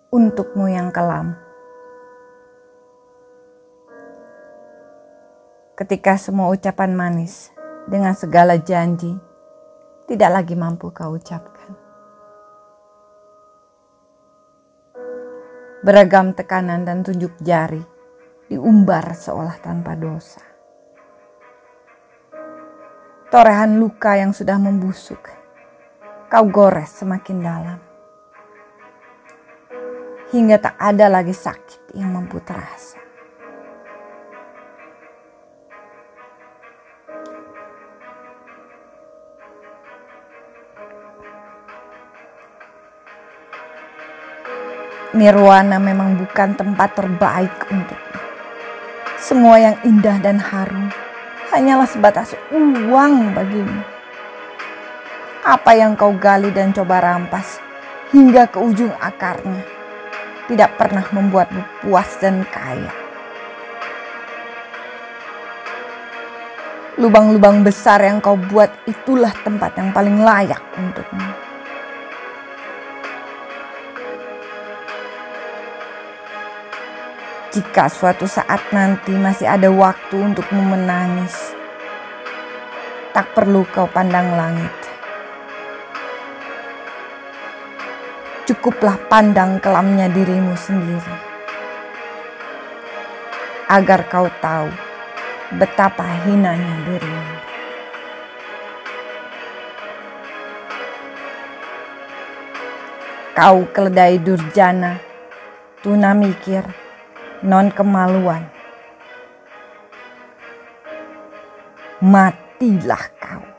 untukmu yang kelam. Ketika semua ucapan manis dengan segala janji tidak lagi mampu kau ucapkan. Beragam tekanan dan tunjuk jari diumbar seolah tanpa dosa. Torehan luka yang sudah membusuk, kau gores semakin dalam. Hingga tak ada lagi sakit yang mampu terasa. Nirwana memang bukan tempat terbaik untukmu. Semua yang indah dan harum hanyalah sebatas uang bagimu. Apa yang kau gali dan coba rampas hingga ke ujung akarnya tidak pernah membuatmu puas dan kaya. Lubang-lubang besar yang kau buat itulah tempat yang paling layak untukmu. Jika suatu saat nanti masih ada waktu untukmu menangis, tak perlu kau pandang langit. Cukuplah pandang kelamnya dirimu sendiri. Agar kau tahu betapa hinanya dirimu. Kau keledai durjana, tuna mikir, non kemaluan. Matilah kau.